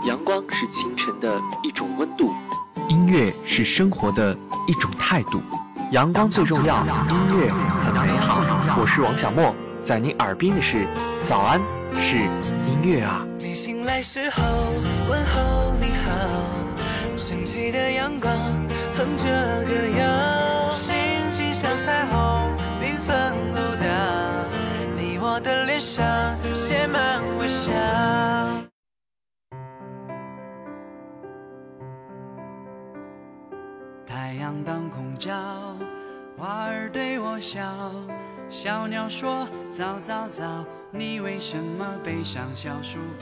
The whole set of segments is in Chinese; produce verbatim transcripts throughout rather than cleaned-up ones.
阳光是清晨的一种温度， 音乐是生活的一种态度。阳光最重要，音乐很美好。我是王小莫，在你耳边的是早安，是音乐啊。 你醒来时候问候你好，升起的阳光哼着歌谣，心情像彩虹缤纷舞蹈，你我的脸上写满微笑。太阳当空照，花儿对我笑，小鸟说早早早，你为什么背上小书包？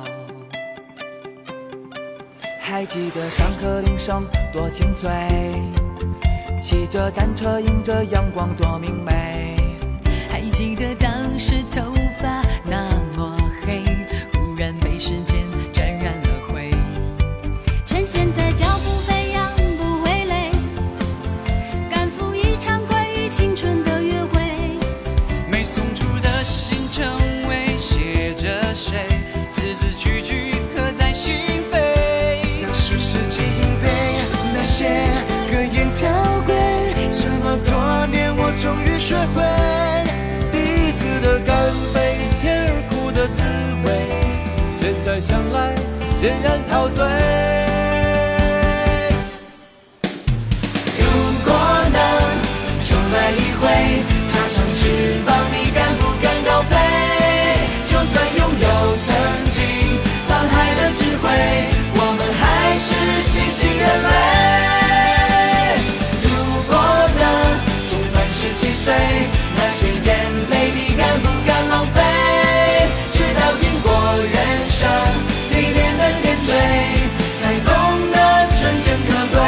还记得上课铃声多清脆，骑着单车迎着阳光多明媚。还记得当时头发那么黑，忽然被时间沾染了灰。趁现在脚步飞扬不会累，赶赴一场关于青春的约会。没送出的信成为写着谁，字字句句刻在心扉。当时世纪硬背那些格言条规，这么多年我终于学会第一次的干杯，甜而苦的滋味，现在想来仍然陶醉。如果能重来一回，插上翅膀你敢不敢高飞？就算拥有曾经沧海的智慧，我们还是新兴人类。如果能重返十七岁，那些眼泪你敢不敢浪费？直到经过人生历练的点缀，才懂得纯真可贵。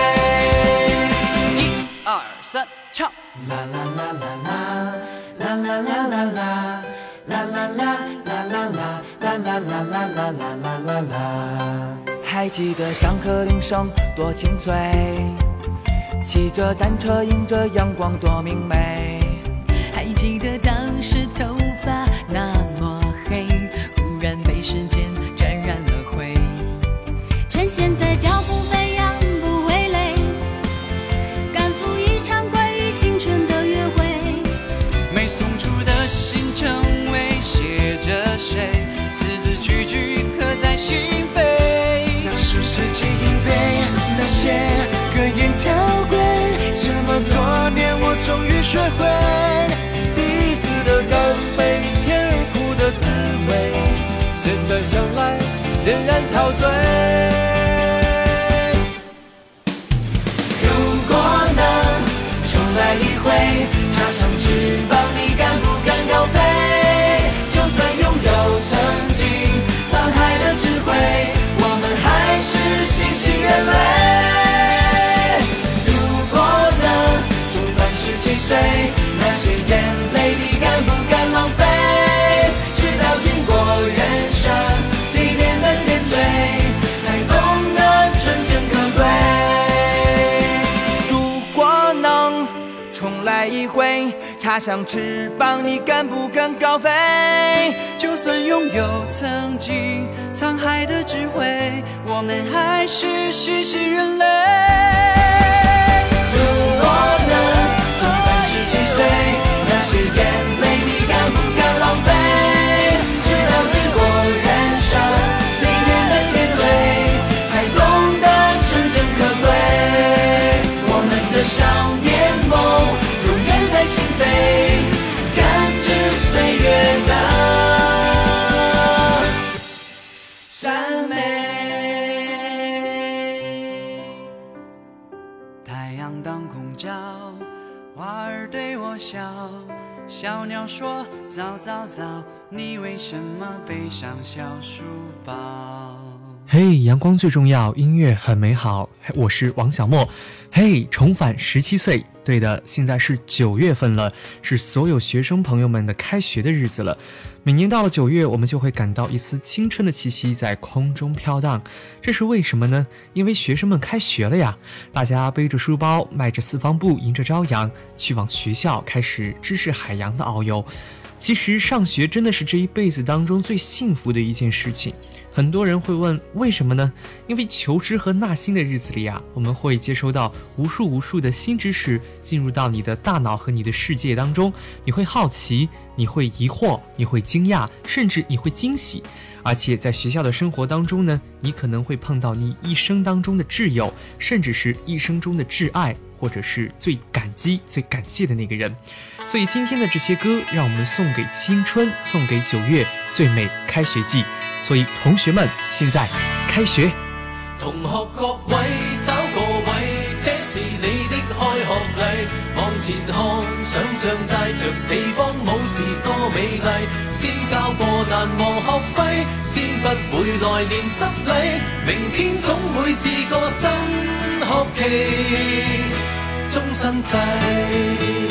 一二三，唱！啦啦啦啦啦，啦啦啦啦啦，啦啦啦啦啦啦，啦啦啦啦啦啦啦啦。还记得上课铃声多清脆，骑着单车迎着阳光多明媚。还记得当时头发那么黑，忽然被时间沾染了灰。趁现在脚步飞扬不会累，赶赴一场关于青春的约会。没送出的信成为写着谁，字字句句刻在心扉。当时世纪硬背那些格言条规，这么多年我终于学会第一次的干杯，甜而苦的滋味，现在想来仍然陶醉。如果能重来一回，插上翅膀你敢不敢高飞？就算拥有曾经沧海的智慧，我们还是新兴人类。如果能重返十七岁，那些眼泪你敢不敢浪费？直到经过人生历练的点缀，才懂得纯真可贵。如果能重来一回，插上翅膀你敢不敢高飞？就算拥有曾经沧海的智慧，我们还是新兴人类。如果能重返十七岁，那些眼泪你敢不敢浪费？直到经过人生历练的点缀，才懂得纯真可贵。我们的少年梦永远在心扉，感知岁月的赞美。太阳当空照，花儿对我笑，小鸟说早早早，你为什么背上小书包？ 嘿、hey, 阳光最重要，音乐很美好。我是王小莫。嘿、hey, 重返十七岁，对的，现在是九月份了，是所有学生朋友们的开学的日子了。每年到了九月，我们就会感到一丝青春的气息在空中飘荡，这是为什么呢？因为学生们开学了呀，大家背着书包，迈着四方步，迎着朝阳，去往学校，开始知识海洋的遨游。 其实上学真的是这一辈子当中最幸福的一件事情。很多人会问为什么呢？因为求知和纳新的日子里啊，我们会接收到无数无数的新知识进入到你的大脑和你的世界当中，你会好奇，你会疑惑，你会惊讶，甚至你会惊喜。而且在学校的生活当中呢，你可能会碰到你一生当中的挚友，甚至是一生中的挚爱，或者是最感激最感谢的那个人。所以今天的这些歌让我们送给青春，送给九月最美开学季。所以同学们，现在开学。 同學各位找個位，這是你的開學禮。往前看，想像帶着四方武士多美麗。先交過難忘學費，先不會來年失禮。明天總會是個新學期，終身制。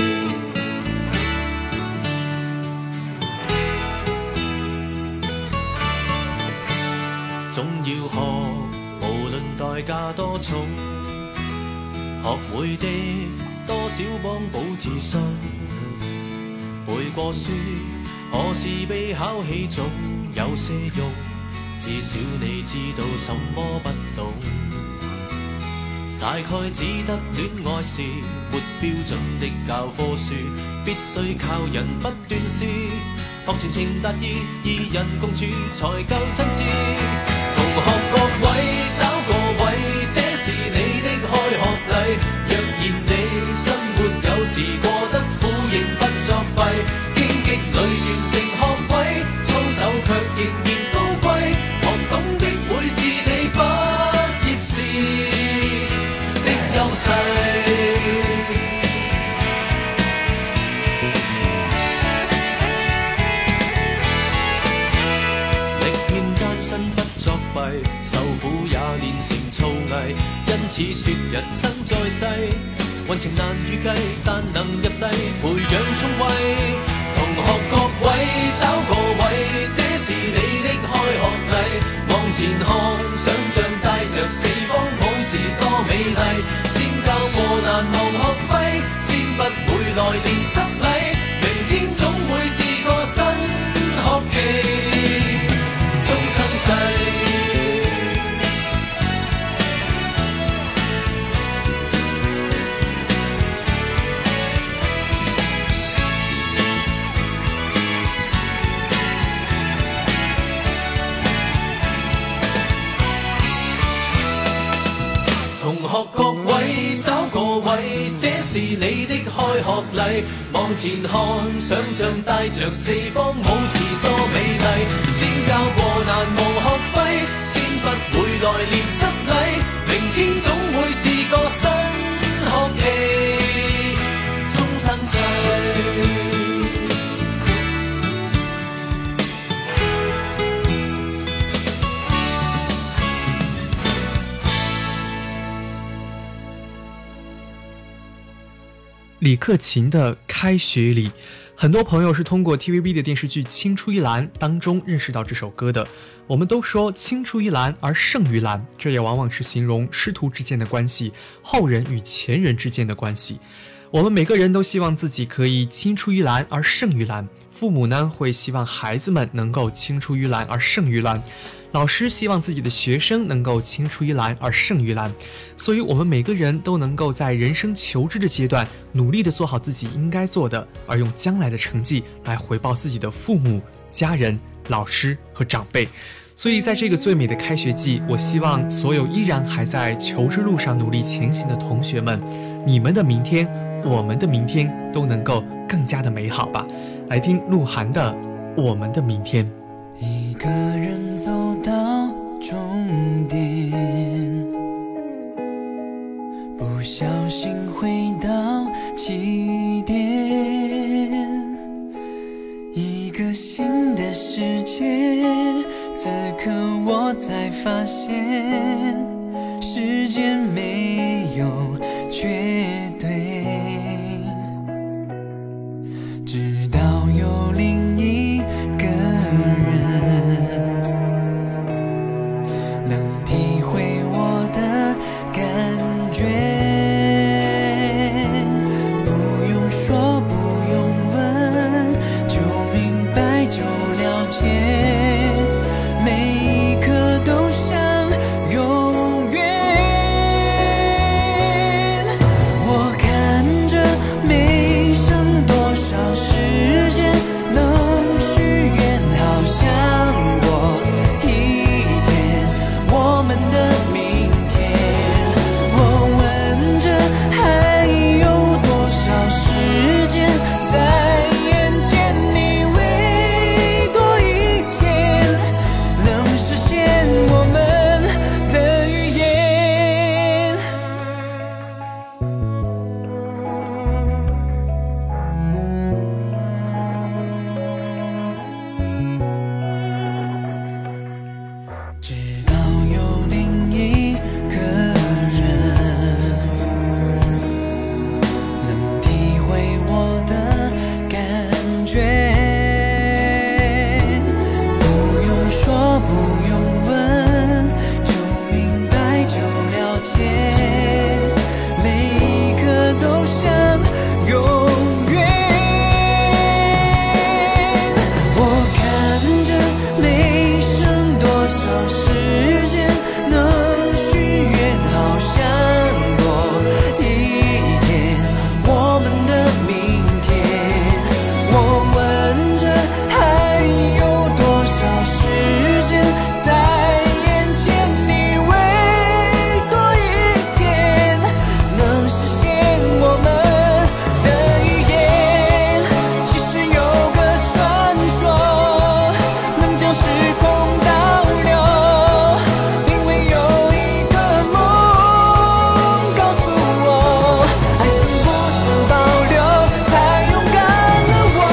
總要學，無論代價多重，學會的多少幫補自信。背過書，何時被考起總有些用，至少你知道什麼不懂。大概只得戀愛是沒標準的教科書，必須靠人不斷試，學全情達意，二人共處才夠真摯。同學各位找個位，這是你的開學禮。若然你生活有時過得苦，仍不作弊，荊棘裏完成學位，操守卻仍然高貴。學懂的會是你畢業時的優勢。受苦也練成造詣，因此說人生在世，運程難預計，但能入世培養聰慧。同學各位找個位，這是你的開學禮。往前看，想像帶着四方武士多美麗。先交過難忘學費，先不會來年失禮。明天總會是個新學期，終身制。同學各位找個位，這是你的開學禮。往前看，想像帶着四方武士多美麗。先交過難忘學費，先不會來年失禮。明天總會是個新學期，終身制。 李克勤的《开学里》，很多朋友是通过 T V B 的电视剧《青出于蓝》当中认识到这首歌的。我们都说青出于蓝而胜于蓝，这也往往是形容师徒之间的关系，后人与前人之间的关系。我们每个人都希望自己可以青出于蓝而胜于蓝，父母呢会希望孩子们能够青出于蓝而胜于蓝，老师希望自己的学生能够青出于蓝而胜于蓝。所以我们每个人都能够在人生求知的阶段努力地做好自己应该做的，而用将来的成绩来回报自己的父母、家人、老师和长辈。所以在这个最美的开学季，我希望所有依然还在求知路上努力前行的同学们，你们的明天，我们的明天都能够更加的美好吧。来听鹿晗的《我们的明天》。 一个人走到终点，不小心回到起点，一个新的世界。此刻我才发现，时间没有绝对，直到有另一个人能体会我的感觉，不用说不用问就明解，每一刻都像永远。我看着没剩多少时间能许愿，好像多一天我们的明天。我问着还有多少时间在眼前，你为多一天能实现我们的预言。直到有另一个人能体会我的感觉，不用说不用问，就明白就了解，每一刻都像永远。我看着没剩多少时间能许愿，好像多一天我们的明天。我问着还有多少时间在眼前，你为多一天能实现我们的预言。其实有个传说能将时空倒流，因为有一个梦告诉我，爱曾不曾保留，才勇敢了我。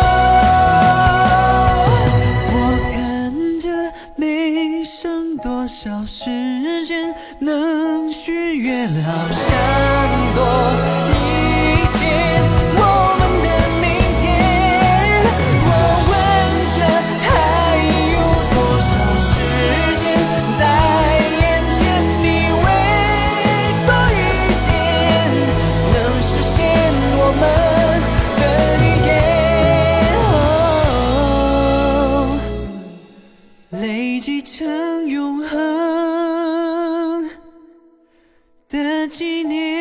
我看着没剩多少时间能许愿，好像多一天我们的明天。我问着还有多少时间在眼前，你为多一天能实现我们的预言。累积成永恒的纪念。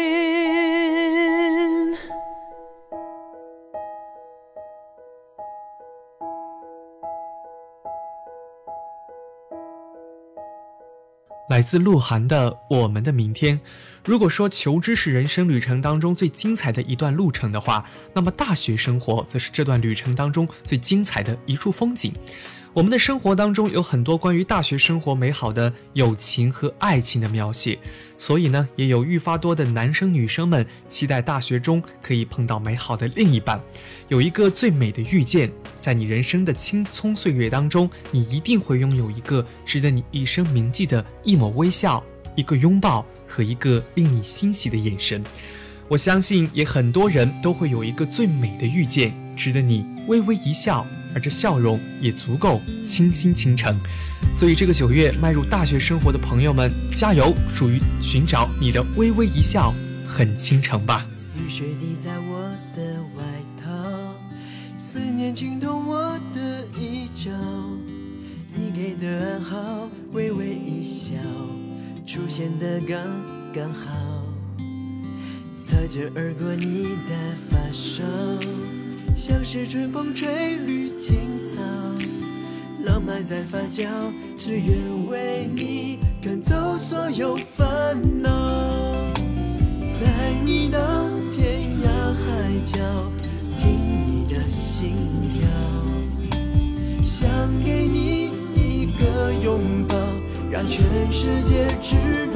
来自鹿晗的《我们的明天》。如果说求知是人生旅程当中最精彩的一段路程的话，那么大学生活则是这段旅程当中最精彩的一处风景。我们的生活当中有很多关于大学生活美好的友情和爱情的描写，所以呢，也有愈发多的男生女生们期待大学中可以碰到美好的另一半，有一个最美的遇见。在你人生的青葱岁月当中，你一定会拥有一个值得你一生铭记的一抹微笑，一个拥抱和一个令你欣喜的眼神。我相信也很多人都会有一个最美的遇见，值得你微微一笑，而这笑容也足够倾心倾城。所以这个九月迈入大学生活的朋友们，加油，属于寻找你的微微一笑，很倾城吧。 雨水滴在我的外套，思念浸透我的衣角，你给的暗号，微微一笑，出现的刚刚好，擦肩而过你的发梢，像是春风吹绿青草，浪漫在发酵，只愿为你赶走所有烦恼，带你到天涯海角，听你的心跳，想给你一个拥抱，让全世界知道，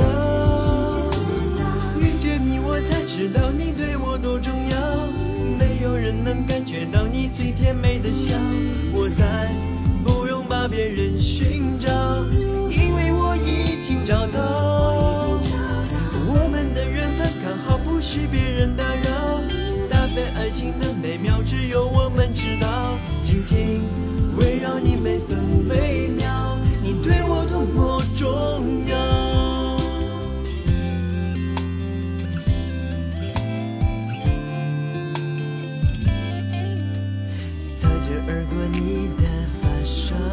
遇见你我才知道你对我多重要，没有人能感觉到你最甜美的笑，我再不用把别人寻找，因为我已经找到，我们的缘分刚好不许别人打扰，搭配爱情的美妙只有我们知道，紧紧围绕你每分每秒，你对我多么重要。擦肩而过你的发梢，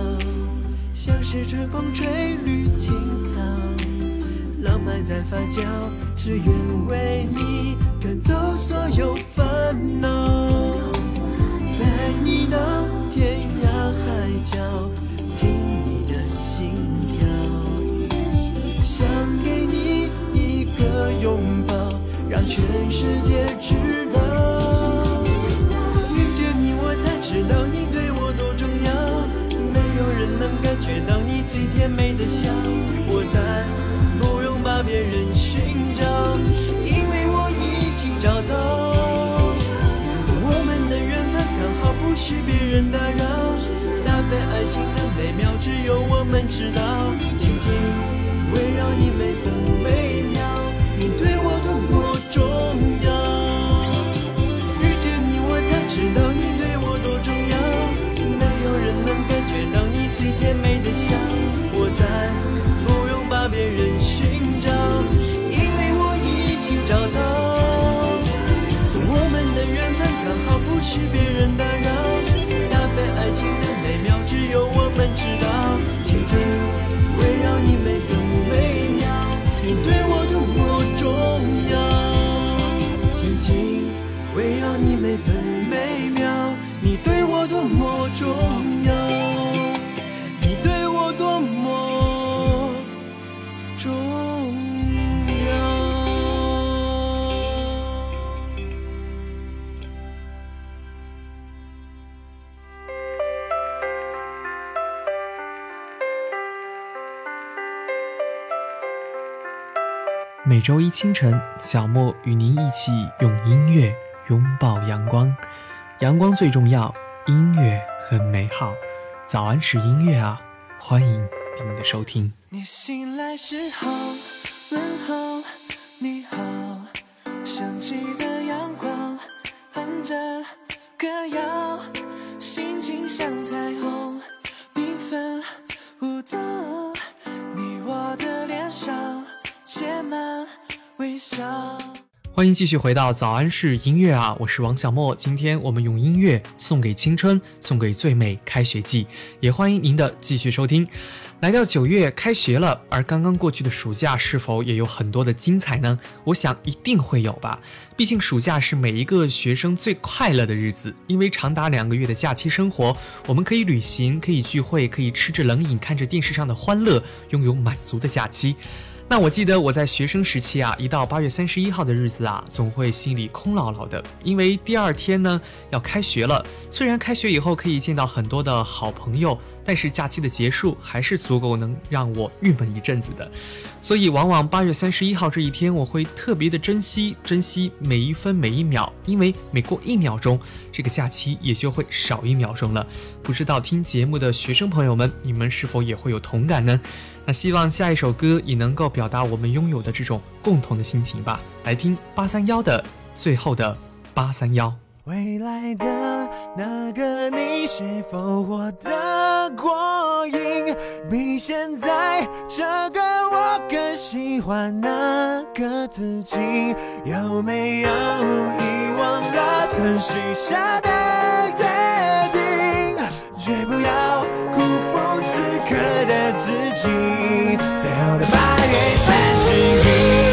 是春风吹绿青草，浪漫在发酵，只愿为你赶走所有烦恼，带你到天涯海角，听你的心跳，想给你一个拥抱，让全世界知道，遇见你我才知道你对我多重要，没有人能感觉到你最甜美的笑，我再不用把别人寻找，因为我已经找到，我们的缘分刚好不许别人打扰，搭配爱情的美妙只有我们知道，紧紧围绕你每分每秒，你对我多么重要，遇见你我才知道你对我多重要，没有人能感觉到你最甜美的笑，我再不用把别人寻找，因为我已经找到，我们的缘分刚好不许别人打扰，搭配爱情的美妙只有我们知道，紧紧围绕你每分每秒，你对我多么重要，紧紧围绕你每分每秒，你对我多么重要，你对我多么重要。 每周一清晨，小莫与您一起用音乐拥抱阳光，阳光最重要，音乐很美好。早安是音乐啊，欢迎您的收听。 你醒来时候问候你好，升起的阳光哼着歌谣，心情像彩虹缤纷舞动，你我的脸上写满微笑。 欢迎继续回到早安是音乐啊，我是王小莫。今天我们用音乐送给青春，送给最美开学季，也欢迎您的继续收听。来到九月开学了，而刚刚过去的暑假是否也有很多的精彩呢？我想一定会有吧，毕竟暑假是每一个学生最快乐的日子，因为长达两个月的假期生活，我们可以旅行，可以聚会，可以吃着冷饮，看着电视上的欢乐，拥有满足的假期。那我记得我在学生时期啊，一到八月三十一号的日子啊，总会心里空落落的，因为第二天呢要开学了。虽然开学以后可以见到很多的好朋友，但是假期的结束还是足够能让我郁闷一阵子的。所以往往八月三十一号这一天，我会特别的珍惜，珍惜每一分每一秒，因为每过一秒钟，这个假期也就会少一秒钟了。不知道听节目的学生朋友们，你们是否也会有同感呢？那希望下一首歌也能够表达我们拥有的这种共同的心情吧。来听八三幺的最后的八三幺。 未来的那个你是否活得过瘾，比现在这个我更喜欢那个自己，有没有遗忘了曾许下的约定，绝不要辜负此刻的自己，最后的八月三十一。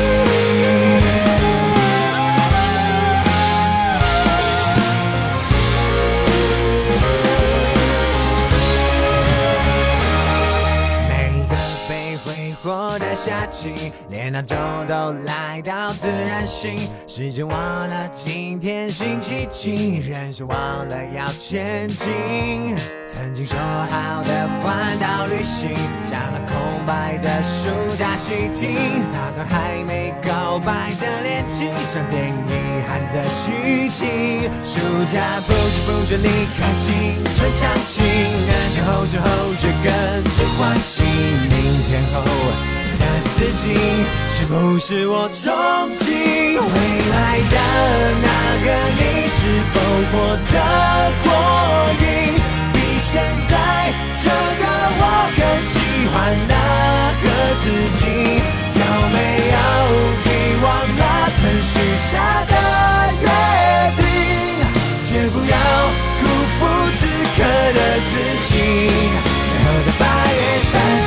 夏季，连那周都来到自然醒，时间忘了今天星期几，人生忘了要前进。曾经说好的环岛旅行，像那空白的暑假习题，那段还没告白的恋情，像电影遗憾的剧情。暑假不知不觉离开青春场景，人生后知后觉跟着唤起明天后的自己，是不是我憧憬未来的那个你，是否活得过瘾，比现在这个我更喜欢那个自己，有没有遗忘了曾许下的约定，绝不要辜负此刻的自己，最后的八月三十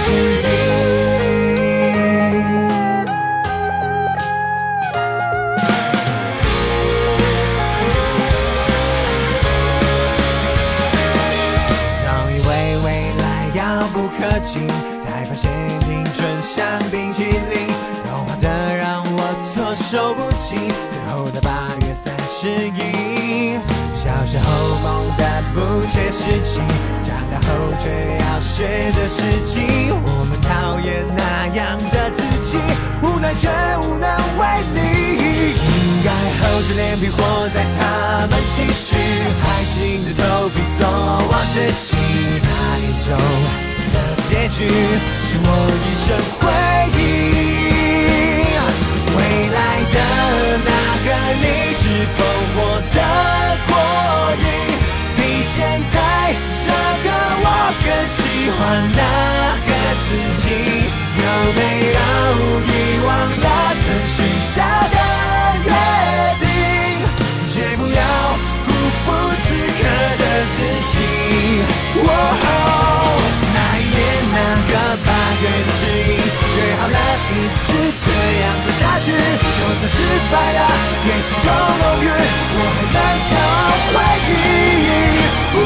情，才发现青春像冰淇淋，融化的让我措手不及。最后的八月三十一，小时候梦的不切实际，长大后却要学着实际。我们讨厌那样的自己，无奈却无能为力。应该厚着脸皮活在他们期许，还是硬着头皮做我自己。那一种的结局是我一生回忆。未来的那个你是否活得过瘾？比现在这个我更喜欢那个自己。有没有遗忘了曾许下的约定？绝不要辜负此刻的自己。哦，那一年那个八月三十一，约好了一直这样走下去，就算失败了也是种荣誉，我还能找回忆。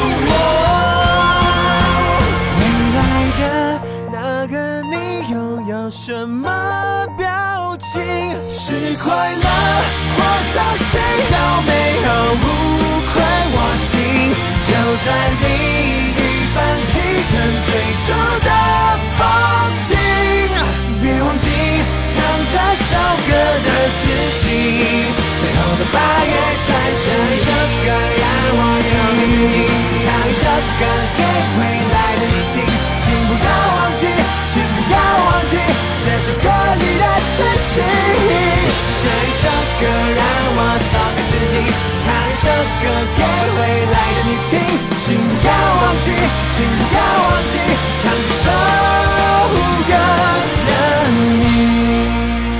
未来的那个你又有什么表情？是快乐或伤心，有没有无愧我心？就算你已放弃曾追逐的风景，别忘记唱这首歌的自己。最后的八月三十，唱一首歌让我送给自己，唱一首歌给未来的你听。请不要忘记，请不要忘记这首歌里的自己。这一首歌让我送给自己，唱一首歌给未来的你听。请不要忘记，请不要忘记唱这首歌的你。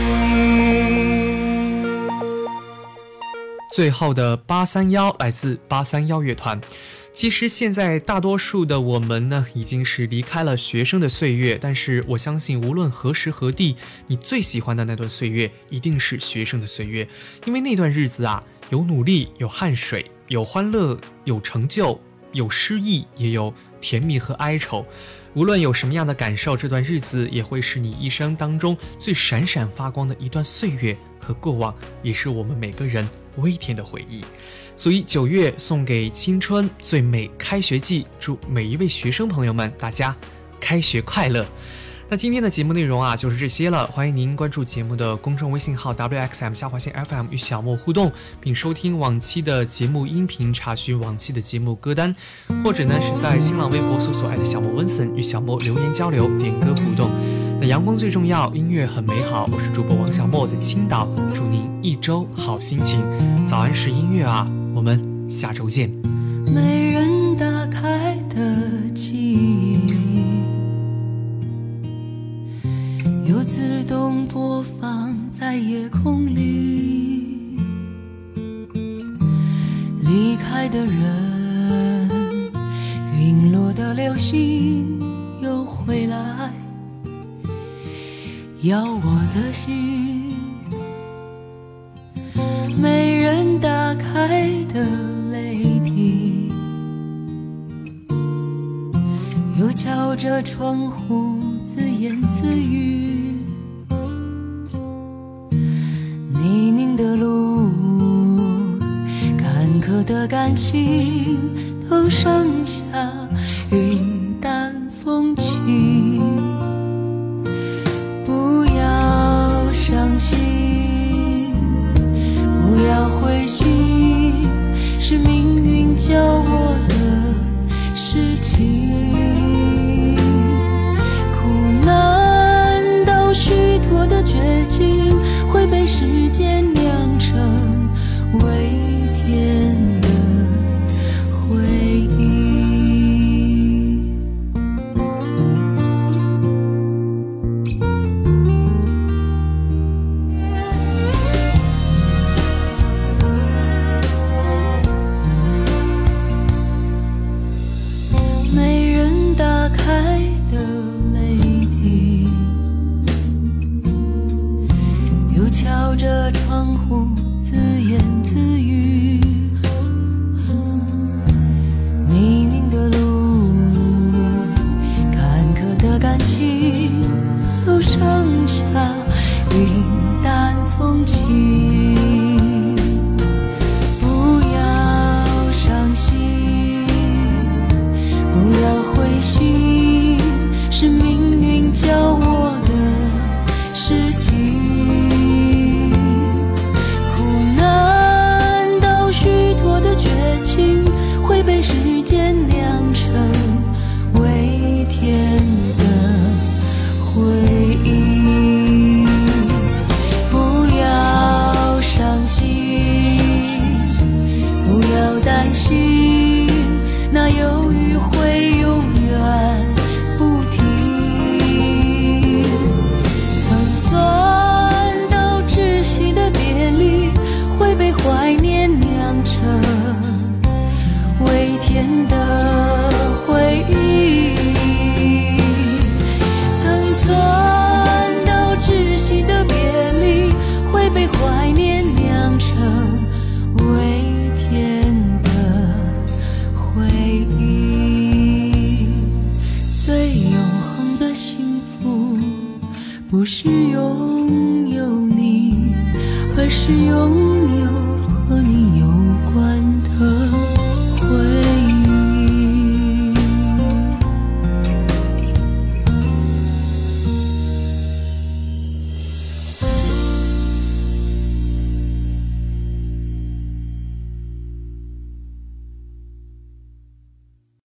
最后的八三一来自八三一乐团。其实现在大多数的我们呢，已经是离开了学生的岁月，但是我相信无论何时何地，你最喜欢的那段岁月一定是学生的岁月，因为那段日子啊，有努力，有汗水，有欢乐，有成就，有失意，也有甜蜜和哀愁。无论有什么样的感受，这段日子也会是你一生当中最闪闪发光的一段岁月和过往，也是我们每个人微甜的回忆。所以九月送给青春最美开学季，祝每一位学生朋友们大家开学快乐。那今天的节目内容啊就是这些了，欢迎您关注节目的公众微信号 W X M 下划线 F M 与小莫互动，并收听往期的节目音频，查询往期的节目歌单，或者呢是在新浪微博搜索爱的小莫温森与小莫留言交流点歌互动。那阳光最重要，音乐很美好，我是主播王小莫，在青岛，祝您一周好心情。早安是音乐啊，我们下周见。 没人打开的记忆，又自动播放在夜空里。离开的人，陨落的流星又回来，要我的心。没人打开的泪滴，又敲着窗户自言自语。泥泞的路，坎坷的感情，都剩下云淡风轻。不要伤心，不要灰心，是命运教我的事情。苦难到虚脱的绝境，会被时间酿成微甜的回忆。没人打开的泪滴，又敲着窗户自言自语。 最永恒的幸福，不是拥有你，而是拥有和你